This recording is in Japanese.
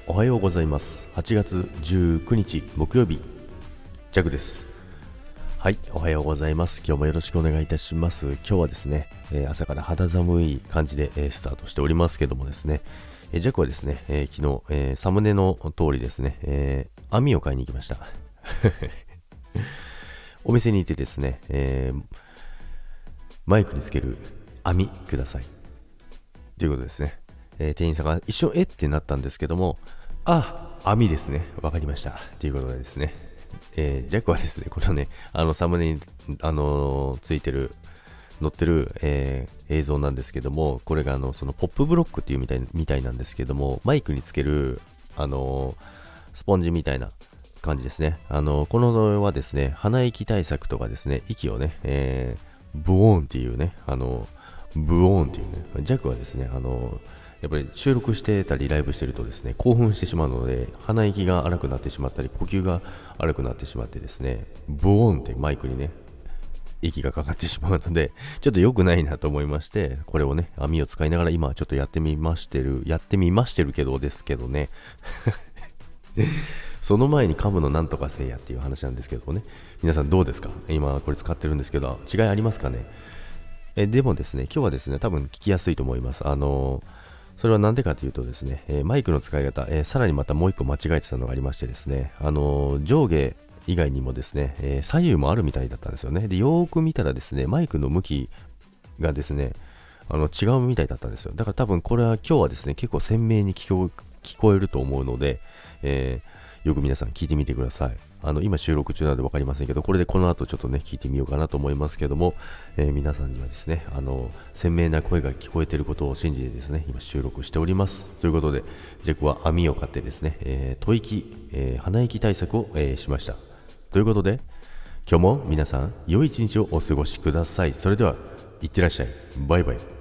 おはようございます。8月19日木曜日、ジャグです。はい、おはようございます。今日もよろしくお願いいたします。今日はですね、朝から肌寒い感じで、スタートしておりますけどもですね、ジャグはですね、昨日、サムネの通りですね、網を買いに行きました。お店に行ってですね、マイクにつける網くださいということですね。店員さんが一瞬ってなったんですけども、網ですね、わかりましたということでですね、ジャックはですね、このね、サムネに、ついてる載ってる、映像なんですけども、これがそのポップブロックっていうみたいなんですけども、マイクにつけるスポンジみたいな感じですね。このはですね、鼻息対策とかですね、息をね、ブオーンっていうね、ブオーンっていうね、ジャックはですね、やっぱり収録してたりライブしてるとですね、興奮してしまうので、鼻息が荒くなってしまったり、呼吸が荒くなってしまってですね、ブオーンってマイクにね、息がかかってしまうので、ちょっと良くないなと思いまして、これをね、網を使いながら今ちょっとやってみましてるけどですけどね、その前に噛むのなんとかせいやっていう話なんですけどね、皆さんどうですか？今これ使ってるんですけど、違いありますかね？でもですね、今日はですね、多分聞きやすいと思います。それはなんでかというとですね、マイクの使い方、さらにまたもう一個間違えてたのがありましてですね、上下以外にもですね、左右もあるみたいだったんですよね。で、よーく見たらですね、マイクの向きがですね、違うみたいだったんですよ。だから多分これは今日はですね、結構鮮明に聞こえると思うので、よく皆さん聞いてみてください。今収録中なので分かりませんけど、これでこの後ちょっとね、聞いてみようかなと思いますけども、皆さんにはですね、鮮明な声が聞こえていることを信じてですね、今収録しております。ということで、ジェクは網を買ってですね、鼻息対策を、しました。ということで、今日も皆さん、良い一日をお過ごしください。それでは、いってらっしゃい。バイバイ。